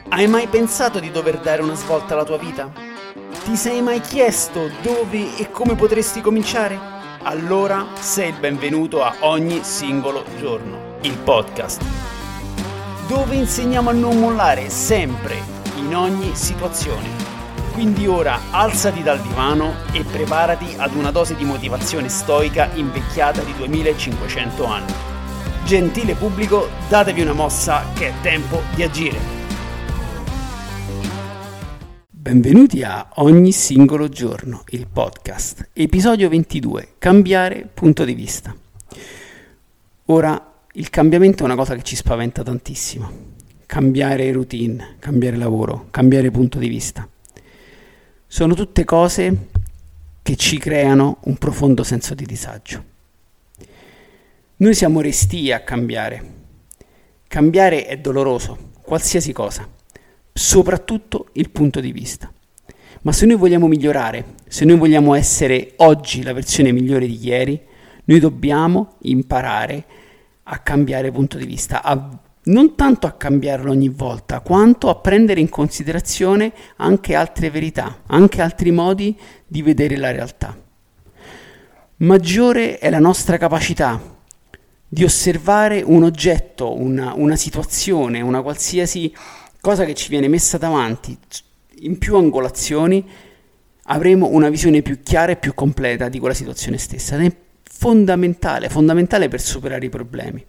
Hai mai pensato di dover dare una svolta alla tua vita? Ti sei mai chiesto dove e come potresti cominciare? Allora sei il benvenuto a Ogni Singolo Giorno, il podcast, dove insegniamo a non mollare sempre, in ogni situazione. Quindi ora alzati dal divano e preparati ad una dose di motivazione stoica invecchiata di 2500 anni. Gentile pubblico, datevi una mossa che è tempo di agire. Benvenuti a Ogni Singolo Giorno, il podcast, episodio 22, cambiare punto di vista. Ora, il cambiamento è una cosa che ci spaventa tantissimo. Cambiare routine, cambiare lavoro, cambiare punto di vista. Sono tutte cose che ci creano un profondo senso di disagio. Noi siamo restii a cambiare. Cambiare è doloroso, qualsiasi cosa, soprattutto il punto di vista. Ma se noi vogliamo migliorare, se noi vogliamo essere oggi la versione migliore di ieri, noi dobbiamo imparare a cambiare punto di vista, non tanto a cambiarlo ogni volta, quanto a prendere in considerazione anche altre verità, anche altri modi di vedere la realtà. Maggiore è la nostra capacità di osservare un oggetto, una situazione, una qualsiasi cosa che ci viene messa davanti, in più angolazioni, avremo una visione più chiara e più completa di quella situazione stessa. Ed è fondamentale per superare i problemi.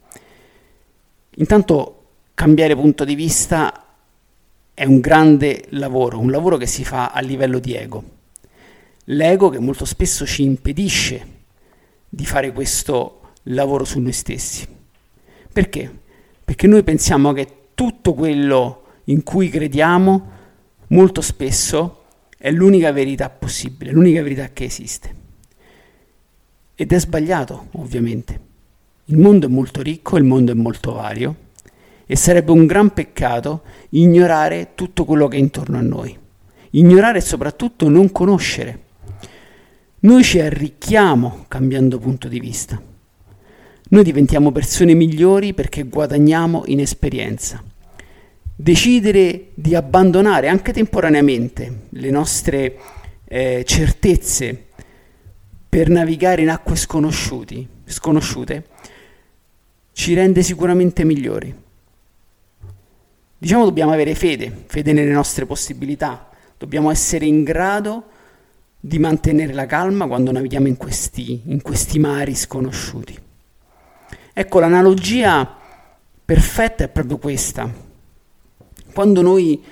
Intanto cambiare punto di vista è un grande lavoro, un lavoro che si fa a livello di ego. L'ego che molto spesso ci impedisce di fare questo lavoro su noi stessi. Perché? Perché noi pensiamo che tutto quello in cui crediamo molto spesso è l'unica verità possibile, l'unica verità che esiste. Ed è sbagliato, ovviamente. Il mondo è molto ricco, il mondo è molto vario e sarebbe un gran peccato ignorare tutto quello che è intorno a noi. Ignorare e soprattutto non conoscere. Noi ci arricchiamo cambiando punto di vista. Noi diventiamo persone migliori perché guadagniamo in esperienza. Decidere di abbandonare anche temporaneamente le nostre certezze per navigare in acque sconosciute ci rende sicuramente migliori. Diciamo, dobbiamo avere fede nelle nostre possibilità, dobbiamo essere in grado di mantenere la calma quando navighiamo in questi mari sconosciuti. Ecco, l'analogia perfetta è proprio questa. Quando noi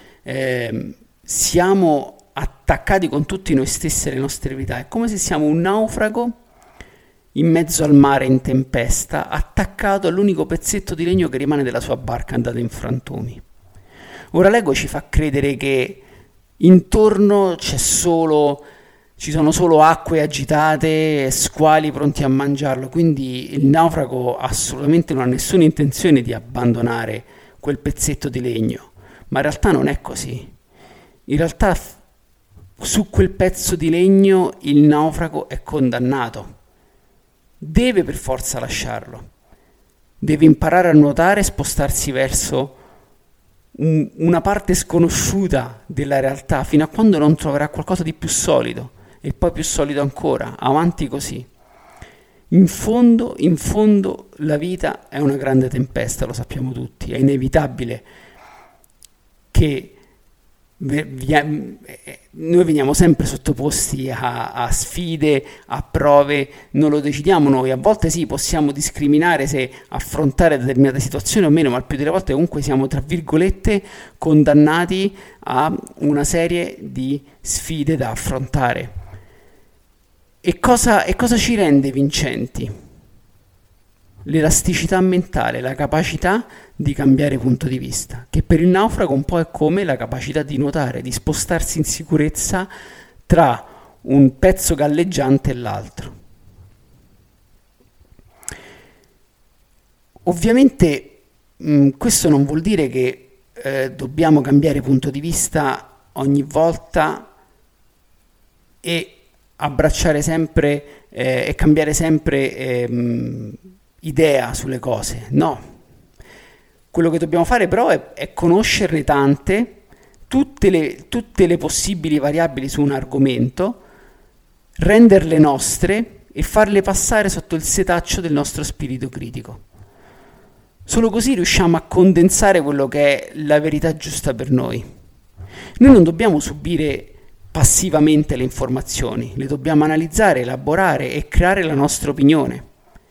siamo attaccati con tutti noi stessi e le nostre vite, è come se siamo un naufrago in mezzo al mare in tempesta, attaccato all'unico pezzetto di legno che rimane della sua barca andata in frantumi. Ora l'ego ci fa credere che intorno ci sono solo acque agitate e squali pronti a mangiarlo, quindi il naufrago assolutamente non ha nessuna intenzione di abbandonare quel pezzetto di legno, ma in realtà non è così. In realtà su quel pezzo di legno il naufrago è condannato, deve per forza lasciarlo, deve imparare a nuotare e spostarsi verso una parte sconosciuta della realtà fino a quando non troverà qualcosa di più solido e poi più solido ancora, avanti così. In fondo la vita è una grande tempesta, lo sappiamo tutti, è inevitabile che noi veniamo sempre sottoposti a sfide, a prove, non lo decidiamo noi. A volte sì, possiamo discriminare se affrontare determinate situazioni o meno, ma il più delle volte comunque siamo, tra virgolette, condannati a una serie di sfide da affrontare. E cosa ci rende vincenti? L'elasticità mentale, la capacità di cambiare punto di vista, che per il naufrago un po' è come la capacità di nuotare, di spostarsi in sicurezza tra un pezzo galleggiante e l'altro. Ovviamente questo non vuol dire che dobbiamo cambiare punto di vista ogni volta e abbracciare sempre e cambiare sempre idea sulle cose, no. Quello che dobbiamo fare però è conoscerne tante tutte le possibili variabili su un argomento, renderle nostre e farle passare sotto il setaccio del nostro spirito critico. Solo così riusciamo a condensare quello che è la verità giusta per noi. Noi non dobbiamo subire passivamente le informazioni, le dobbiamo analizzare, elaborare e creare la nostra opinione.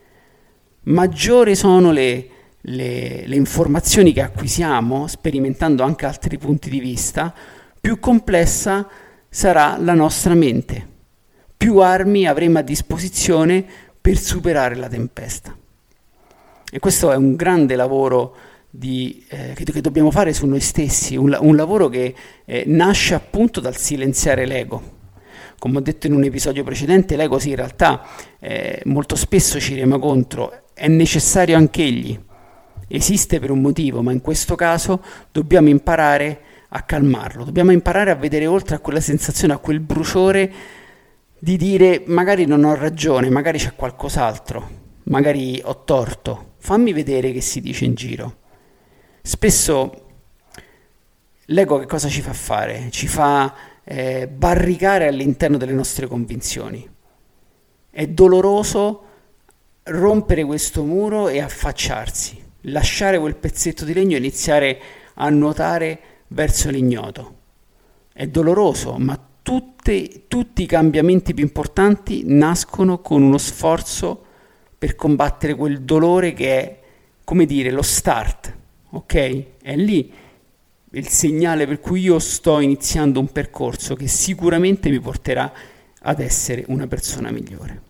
Maggiori sono le informazioni che acquisiamo, sperimentando anche altri punti di vista, più complessa sarà la nostra mente, più armi avremo a disposizione per superare la tempesta. E questo è un grande lavoro che dobbiamo fare su noi stessi, un lavoro che nasce appunto dal silenziare l'ego. Come ho detto in un episodio precedente, l'ego in realtà molto spesso ci rema contro, è necessario anch'egli, esiste per un motivo, ma in questo caso dobbiamo imparare a calmarlo, dobbiamo imparare a vedere oltre a quella sensazione, a quel bruciore di dire magari non ho ragione, magari c'è qualcos'altro, magari ho torto, fammi vedere che si dice in giro. Spesso l'ego che cosa ci fa fare? Ci fa barricare all'interno delle nostre convinzioni. È doloroso rompere questo muro e affacciarsi, lasciare quel pezzetto di legno e iniziare a nuotare verso l'ignoto. È doloroso, ma tutti i cambiamenti più importanti nascono con uno sforzo per combattere quel dolore che è, come dire, lo start, ok? È lì il segnale per cui io sto iniziando un percorso che sicuramente mi porterà ad essere una persona migliore.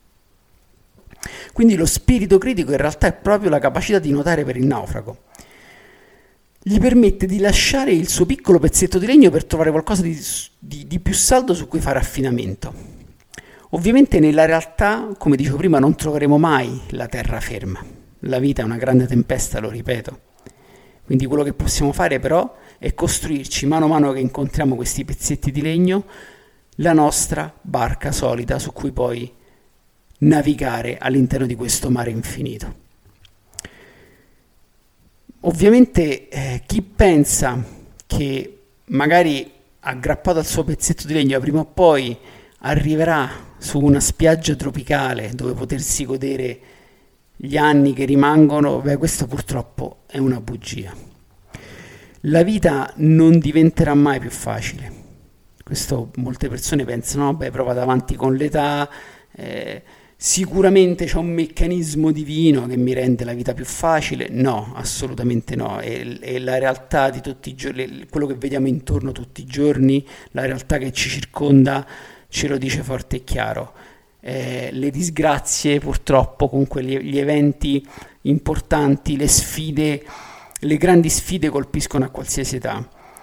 Quindi lo spirito critico in realtà è proprio la capacità di nuotare per il naufrago. Gli permette di lasciare il suo piccolo pezzetto di legno per trovare qualcosa di più saldo su cui fare affidamento. Ovviamente nella realtà, come dicevo prima, non troveremo mai la terraferma. La vita è una grande tempesta, lo ripeto. Quindi quello che possiamo fare però è costruirci mano a mano che incontriamo questi pezzetti di legno la nostra barca solida su cui poi navigare all'interno di questo mare infinito. Ovviamente chi pensa che magari aggrappato al suo pezzetto di legno prima o poi arriverà su una spiaggia tropicale dove potersi godere gli anni che rimangono, questo purtroppo è una bugia. La vita non diventerà mai più facile. Questo molte persone pensano, però vado avanti con l'età, sicuramente c'è un meccanismo divino che mi rende la vita più facile. No, assolutamente no. È la realtà di tutti i giorni, quello che vediamo intorno tutti i giorni, la realtà che ci circonda ce lo dice forte e chiaro. Le disgrazie purtroppo, comunque gli eventi importanti, le sfide, le grandi sfide colpiscono a qualsiasi età.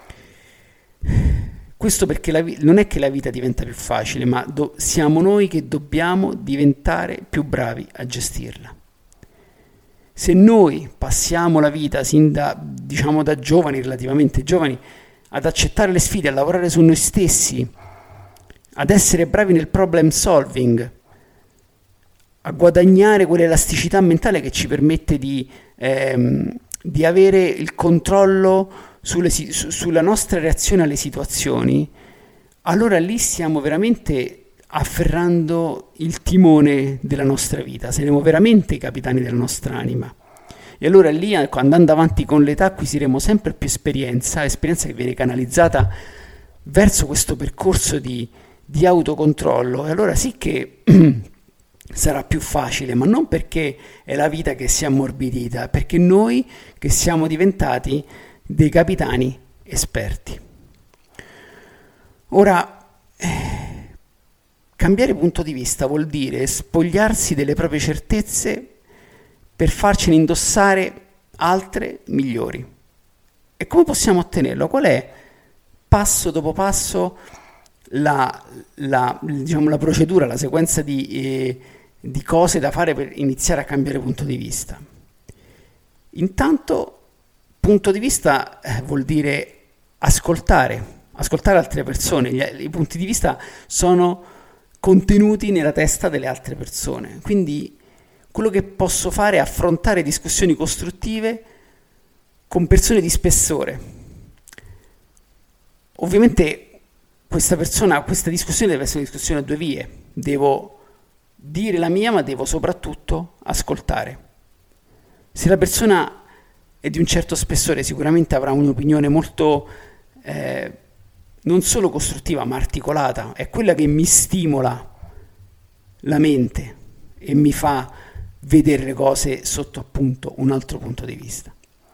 Questo perché non è che la vita diventa più facile, ma siamo noi che dobbiamo diventare più bravi a gestirla. Se noi passiamo la vita sin da giovani, relativamente giovani, ad accettare le sfide, a lavorare su noi stessi, ad essere bravi nel problem solving, a guadagnare quell'elasticità mentale che ci permette di avere il controllo sulla nostra reazione alle situazioni, allora lì stiamo veramente afferrando il timone della nostra vita, saremo veramente i capitani della nostra anima. E allora lì, andando avanti con l'età, acquisiremo sempre più esperienza che viene canalizzata verso questo percorso di autocontrollo, e allora sì che sarà più facile, ma non perché è la vita che si è ammorbidita, perché noi che siamo diventati dei capitani esperti. Ora, cambiare punto di vista vuol dire spogliarsi delle proprie certezze per farcene indossare altre migliori. E come possiamo ottenerlo? Qual è, passo dopo passo, la procedura, la sequenza di cose da fare per iniziare a cambiare punto di vista? Intanto, punto di vista vuol dire ascoltare altre persone. I punti di vista sono contenuti nella testa delle altre persone, quindi quello che posso fare è affrontare discussioni costruttive con persone di spessore, Ovviamente questa discussione deve essere una discussione a due vie. Devo dire la mia, ma devo soprattutto ascoltare. Se la persona è di un certo spessore, sicuramente avrà un'opinione molto non solo costruttiva, ma articolata. È quella che mi stimola la mente e mi fa vedere le cose sotto appunto un altro punto di vista.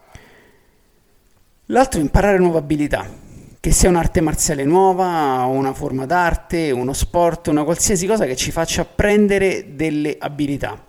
L'altro è imparare nuove abilità, che sia un'arte marziale nuova, una forma d'arte, uno sport, una qualsiasi cosa che ci faccia apprendere delle abilità.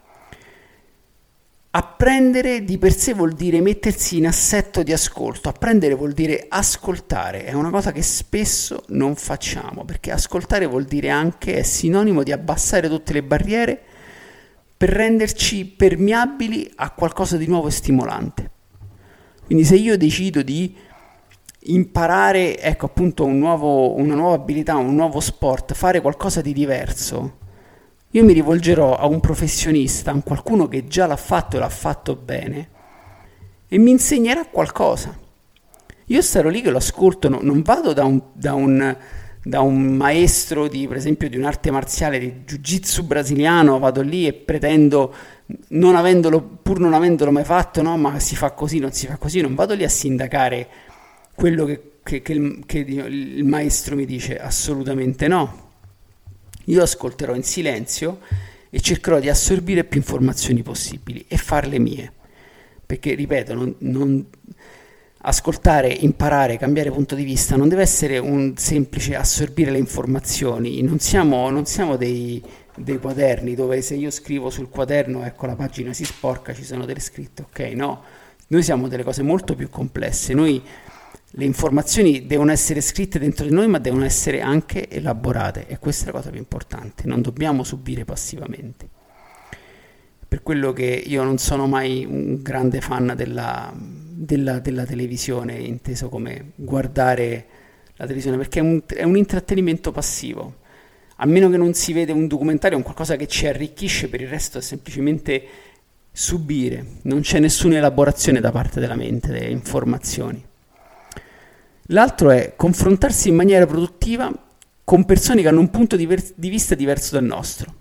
Apprendere di per sé vuol dire mettersi in assetto di ascolto. Apprendere vuol dire ascoltare, è una cosa che spesso non facciamo, perché ascoltare vuol dire anche, è sinonimo di abbassare tutte le barriere per renderci permeabili a qualcosa di nuovo e stimolante. Quindi se io decido di imparare, ecco appunto una nuova abilità, un nuovo sport, fare qualcosa di diverso, io mi rivolgerò a un professionista, a qualcuno che già l'ha fatto e l'ha fatto bene, e mi insegnerà qualcosa. Io starò lì che lo ascolto, non vado da un maestro per esempio di un'arte marziale, di jiu-jitsu brasiliano, vado lì e pretendo, pur non avendolo mai fatto, no, ma si fa così, non si fa così, non vado lì a sindacare quello che il maestro mi dice, assolutamente no. Io ascolterò in silenzio e cercherò di assorbire più informazioni possibili e farle mie, perché ripeto, ascoltare, imparare, cambiare punto di vista non deve essere un semplice assorbire le informazioni. Non siamo dei quaderni dove se io scrivo sul quaderno, ecco, la pagina si sporca, ci sono delle scritte, ok, no, noi siamo delle cose molto più complesse. Le informazioni devono essere scritte dentro di noi, ma devono essere anche elaborate, e questa è la cosa più importante. Non dobbiamo subire passivamente. Per quello che io non sono mai un grande fan della televisione, inteso come guardare la televisione, perché è un intrattenimento passivo. A meno che non si vede un documentario, un qualcosa che ci arricchisce, per il resto è semplicemente subire. Non c'è nessuna elaborazione da parte della mente, delle informazioni. L'altro è confrontarsi in maniera produttiva con persone che hanno un punto di vista diverso dal nostro.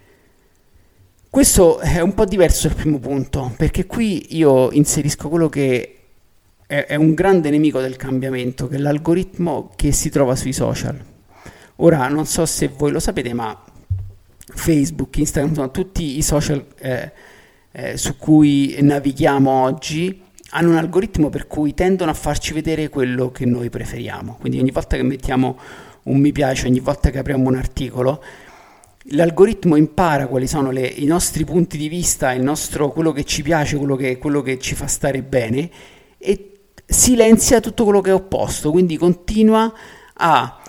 Questo è un po' diverso dal primo punto, perché qui io inserisco quello che è un grande nemico del cambiamento, che è l'algoritmo che si trova sui social. Ora, non so se voi lo sapete, ma Facebook, Instagram, insomma, tutti i social su cui navighiamo oggi hanno un algoritmo per cui tendono a farci vedere quello che noi preferiamo. Quindi ogni volta che mettiamo un mi piace, ogni volta che apriamo un articolo, l'algoritmo impara quali sono i nostri punti di vista, quello che ci piace, quello che ci fa stare bene, e silenzia tutto quello che è opposto. Quindi continua a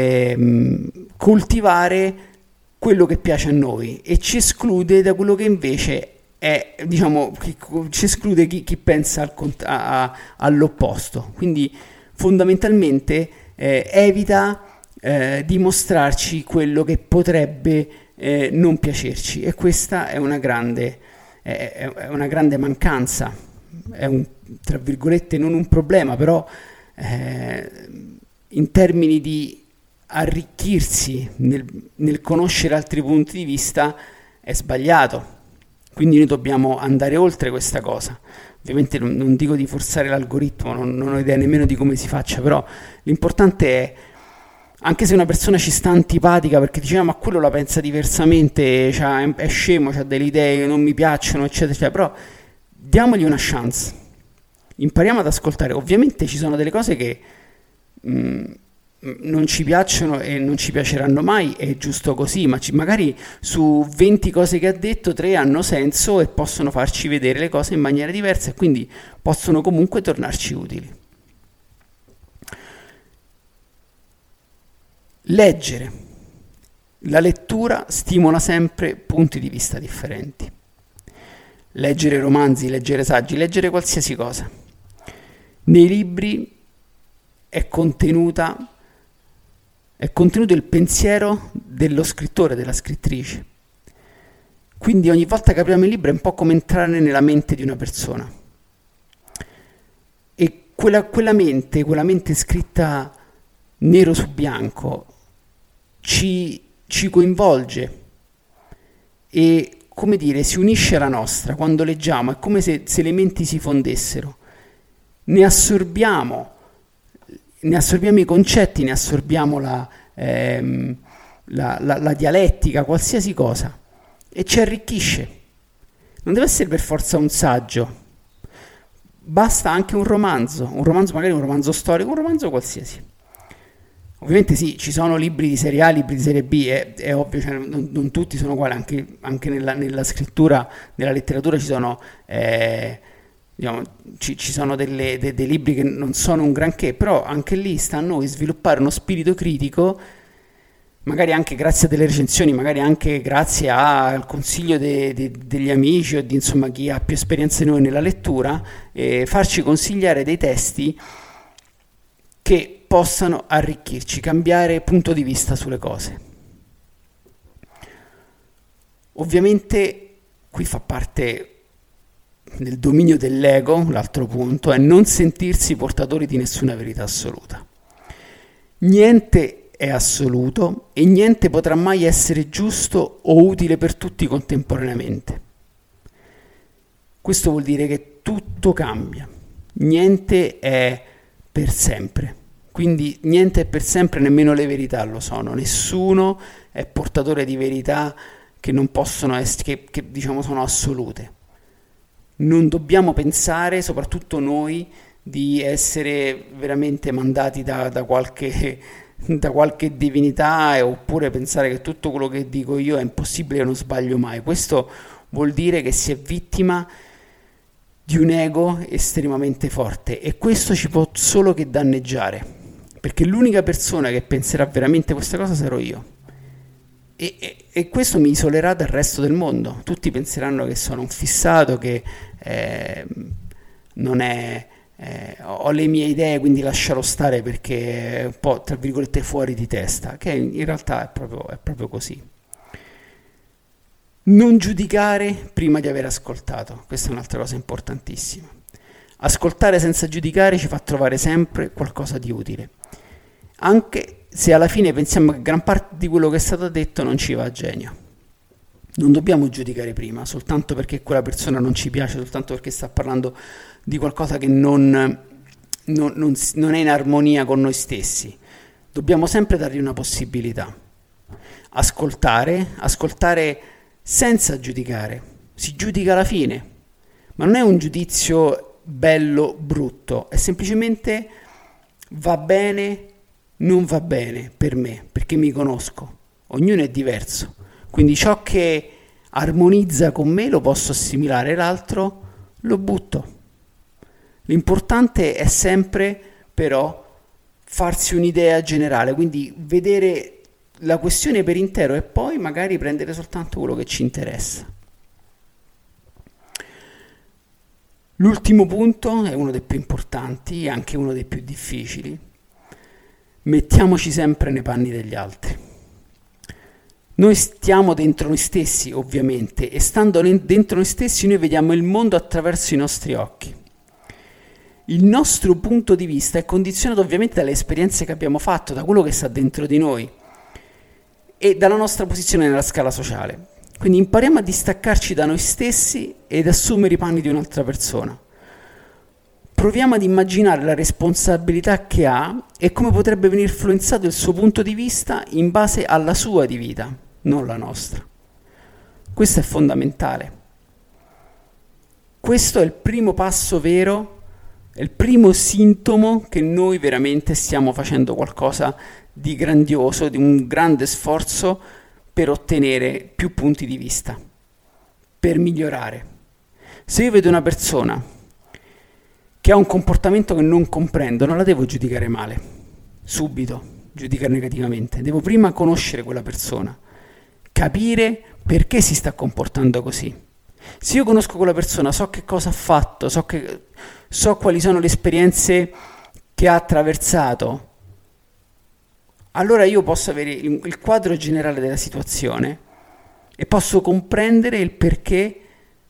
coltivare quello che piace a noi e ci esclude da quello che invece ci esclude chi pensa all'opposto. Quindi fondamentalmente evita di mostrarci quello che potrebbe non piacerci, e questa è una grande mancanza, tra virgolette non un problema, però in termini di arricchirsi nel conoscere altri punti di vista è sbagliato. Quindi noi dobbiamo andare oltre questa cosa. Ovviamente non dico di forzare l'algoritmo, non ho idea nemmeno di come si faccia, però l'importante è, anche se una persona ci sta antipatica perché diceva ma quello la pensa diversamente, è scemo, ha delle idee che non mi piacciono, eccetera, eccetera, però diamogli una chance, impariamo ad ascoltare. Ovviamente ci sono delle cose che non ci piacciono e non ci piaceranno mai, è giusto così, ma magari su 20 cose che ha detto 3 hanno senso e possono farci vedere le cose in maniera diversa, e quindi possono comunque tornarci utili. Leggere. La lettura stimola sempre punti di vista differenti. Leggere romanzi, leggere saggi, leggere qualsiasi cosa. Nei libri è contenuto il pensiero dello scrittore, della scrittrice. Quindi ogni volta che apriamo il libro è un po' come entrare nella mente di una persona. E quella mente scritta nero su bianco, ci coinvolge e, come dire, si unisce alla nostra. Quando leggiamo è come se le menti si fondessero, ne assorbiamo i concetti, ne assorbiamo la dialettica, qualsiasi cosa, e ci arricchisce. Non deve essere per forza un saggio, basta anche un romanzo magari un romanzo storico, un romanzo qualsiasi. Ovviamente sì, ci sono libri di serie A, libri di serie B, è ovvio, cioè non tutti sono uguali, anche nella scrittura, nella letteratura ci sono, diciamo, ci sono dei libri che non sono un granché, però anche lì sta a noi sviluppare uno spirito critico, magari anche grazie a delle recensioni, magari anche grazie al consiglio degli amici o di insomma chi ha più esperienza di noi nella lettura, farci consigliare dei testi che possano arricchirci, cambiare punto di vista sulle cose. Ovviamente qui fa parte del dominio dell'ego, l'altro punto è non sentirsi portatori di nessuna verità assoluta. Niente è assoluto e niente potrà mai essere giusto o utile per tutti contemporaneamente. Questo vuol dire che tutto cambia, niente è per sempre. Quindi niente è per sempre, nemmeno le verità lo sono. Nessuno è portatore di verità che non possono essere, che diciamo sono assolute. Non dobbiamo pensare, soprattutto noi, di essere veramente mandati da qualche divinità, oppure pensare che tutto quello che dico io è impossibile e non sbaglio mai. Questo vuol dire che si è vittima di un ego estremamente forte, e questo ci può solo che danneggiare, perché l'unica persona che penserà veramente questa cosa sarò io, e questo mi isolerà dal resto del mondo. Tutti penseranno che sono un fissato, che non è ho le mie idee, quindi lascialo stare perché è un po' tra virgolette fuori di testa, che in realtà è proprio così. Non giudicare prima di aver ascoltato, questa è un'altra cosa importantissima. Ascoltare senza giudicare ci fa trovare sempre qualcosa di utile, anche se alla fine pensiamo che gran parte di quello che è stato detto non ci va a genio. Non dobbiamo giudicare prima, soltanto perché quella persona non ci piace, soltanto perché sta parlando di qualcosa che non è in armonia con noi stessi. Dobbiamo sempre dargli una possibilità. Ascoltare senza giudicare. Si giudica alla fine, ma non è un giudizio bello, brutto, è semplicemente va bene, non va bene per me, perché mi conosco. Ognuno è diverso, quindi ciò che armonizza con me lo posso assimilare, l'altro lo butto. L'importante è sempre però farsi un'idea generale, quindi vedere la questione per intero e poi magari prendere soltanto quello che ci interessa. L'ultimo punto è uno dei più importanti e anche uno dei più difficili. Mettiamoci sempre nei panni degli altri. Noi stiamo dentro noi stessi, ovviamente, e stando dentro noi stessi noi vediamo il mondo attraverso i nostri occhi. Il nostro punto di vista è condizionato ovviamente dalle esperienze che abbiamo fatto, da quello che sta dentro di noi e dalla nostra posizione nella scala sociale. Quindi impariamo a distaccarci da noi stessi ed assumere i panni di un'altra persona. Proviamo ad immaginare la responsabilità che ha e come potrebbe venire influenzato il suo punto di vista in base alla sua di vita, non la nostra. Questo è fondamentale. Questo è il primo passo vero, è il primo sintomo che noi veramente stiamo facendo qualcosa di grandioso, di un grande sforzo per ottenere più punti di vista, per migliorare. Se io vedo una persona che ha un comportamento che non comprendo, non la devo giudicare male, subito, giudicare negativamente. Devo prima conoscere quella persona, capire perché si sta comportando così. Se io conosco quella persona, so che cosa ha fatto, so quali sono le esperienze che ha attraversato, allora io posso avere il quadro generale della situazione e posso comprendere il perché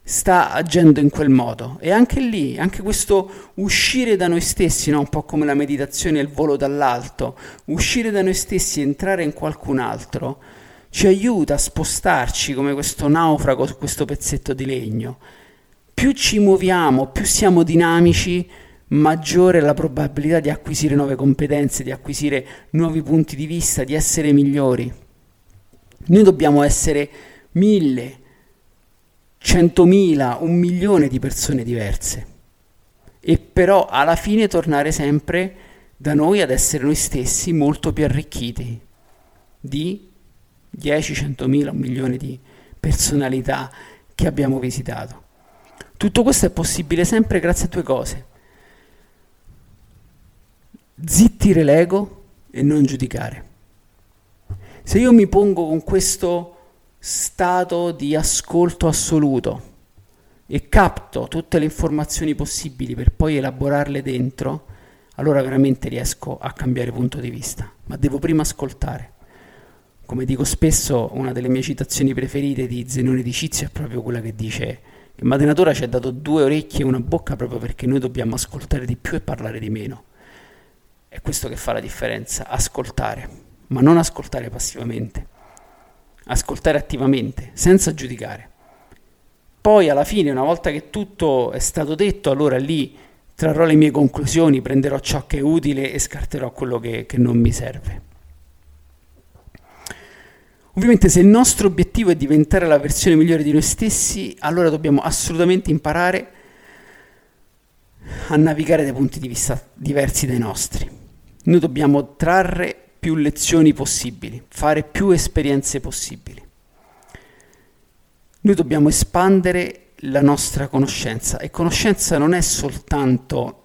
sta agendo in quel modo. E anche lì, anche questo uscire da noi stessi, no? Un po' come la meditazione e il volo dall'alto, uscire da noi stessi e entrare in qualcun altro, ci aiuta a spostarci come questo naufrago su questo pezzetto di legno. Più ci muoviamo, più siamo dinamici, maggiore è la probabilità di acquisire nuove competenze, di acquisire nuovi punti di vista, di essere migliori. Noi dobbiamo essere 1000, 100.000, 1.000.000 di persone diverse, e però alla fine tornare sempre da noi ad essere noi stessi molto più arricchiti di 10, 100.000, 1.000.000 di personalità che abbiamo visitato. Tutto questo è possibile sempre grazie a due cose: zittire l'ego e non giudicare. Se io mi pongo con questo stato di ascolto assoluto e capto tutte le informazioni possibili per poi elaborarle dentro, allora veramente riesco a cambiare punto di vista, ma devo prima ascoltare. Come dico spesso, una delle mie citazioni preferite di Zenone di Cizio è proprio quella che dice che Madre Natura ci ha dato 2 orecchie e una bocca proprio perché noi dobbiamo ascoltare di più e parlare di meno. È questo che fa la differenza: ascoltare, ma non ascoltare passivamente, ascoltare attivamente, senza giudicare. Poi alla fine, una volta che tutto è stato detto, allora lì trarrò le mie conclusioni, prenderò ciò che è utile e scarterò quello che non mi serve. Ovviamente, se il nostro obiettivo è diventare la versione migliore di noi stessi, allora dobbiamo assolutamente imparare a navigare dai punti di vista diversi dai nostri. Noi dobbiamo trarre più lezioni possibili, fare più esperienze possibili. Noi dobbiamo espandere la nostra conoscenza, e conoscenza non è soltanto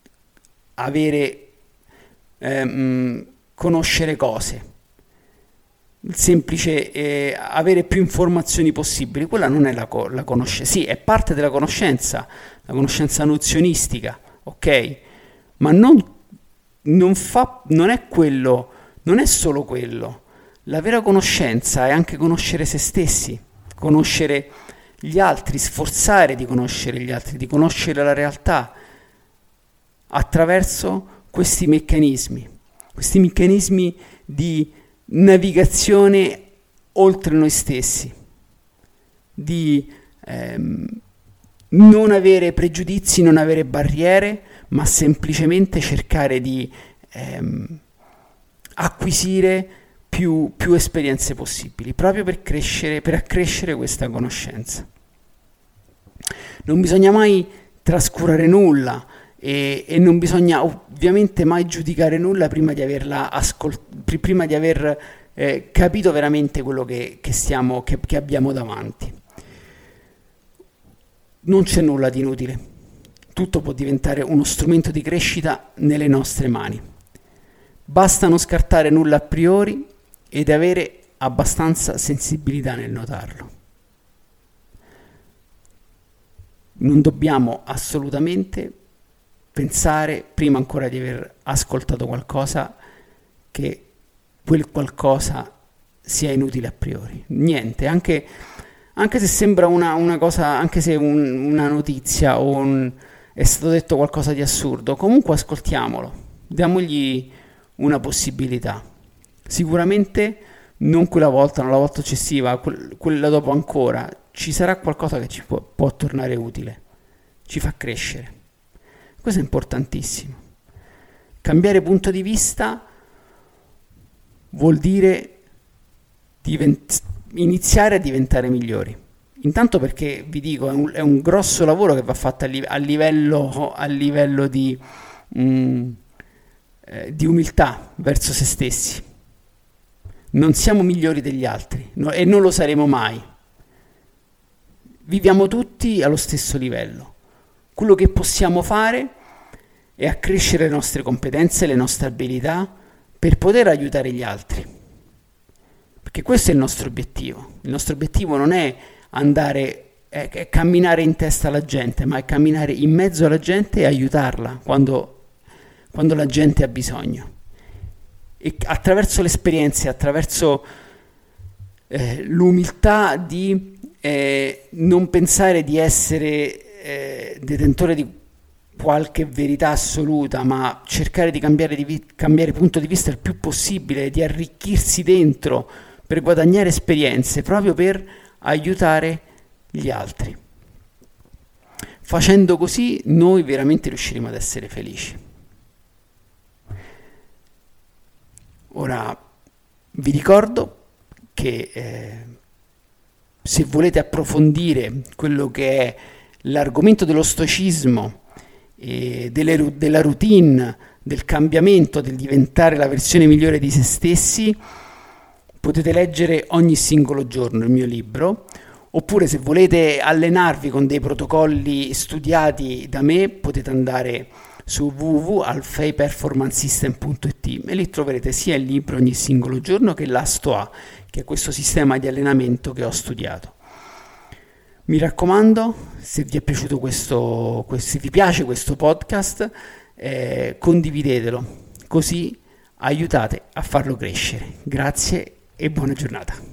conoscere cose, il semplice avere più informazioni possibili. Quella non è la conoscenza. Sì, è parte della conoscenza, la conoscenza nozionistica, ok? Ma non è quello, non è solo quello. La vera conoscenza è anche conoscere se stessi, conoscere gli altri, sforzare di conoscere gli altri, di conoscere la realtà attraverso questi meccanismi di navigazione oltre noi stessi, di non avere pregiudizi, non avere barriere, ma semplicemente cercare di acquisire più esperienze possibili, proprio per accrescere questa conoscenza. Non bisogna mai trascurare nulla e non bisogna ovviamente mai giudicare nulla prima di prima di aver capito veramente quello che abbiamo davanti. Non c'è nulla di inutile, tutto può diventare uno strumento di crescita nelle nostre mani. Basta non scartare nulla a priori ed avere abbastanza sensibilità nel notarlo. Non dobbiamo assolutamente pensare, prima ancora di aver ascoltato qualcosa, che quel qualcosa sia inutile a priori. Niente, anche se sembra una cosa, anche se una notizia o è stato detto qualcosa di assurdo, comunque ascoltiamolo, diamogli una possibilità. Sicuramente non quella volta, non la volta successiva, quella dopo ancora, ci sarà qualcosa che ci può tornare utile, ci fa crescere. Questo è importantissimo. Cambiare punto di vista vuol dire iniziare a diventare migliori. Intanto perché, vi dico, è un grosso lavoro che va fatto a livello di umiltà verso se stessi. Non siamo migliori degli altri e non lo saremo mai. Viviamo tutti allo stesso livello. Quello che possiamo fare è accrescere le nostre competenze, le nostre abilità per poter aiutare gli altri. Perché questo è il nostro obiettivo. Il nostro obiettivo non è è camminare in testa alla gente, ma è camminare in mezzo alla gente e aiutarla quando la gente ha bisogno. E attraverso le esperienze, attraverso l'umiltà di non pensare di essere detentore di qualche verità assoluta, ma cercare di cambiare punto di vista il più possibile, di arricchirsi dentro per guadagnare esperienze, proprio per aiutare gli altri. Facendo così noi veramente riusciremo ad essere felici. Ora vi ricordo che se volete approfondire quello che è l'argomento dello stoicismo, della routine, del cambiamento, del diventare la versione migliore di se stessi, potete leggere ogni singolo giorno il mio libro, oppure se volete allenarvi con dei protocolli studiati da me potete andare su www.alfeiperformancesystem.it e lì troverete sia il libro ogni singolo giorno che l'Asto-A, che è questo sistema di allenamento che ho studiato. Mi raccomando, se vi è piaciuto se vi piace questo podcast, condividetelo, così aiutate a farlo crescere. Grazie e buona giornata.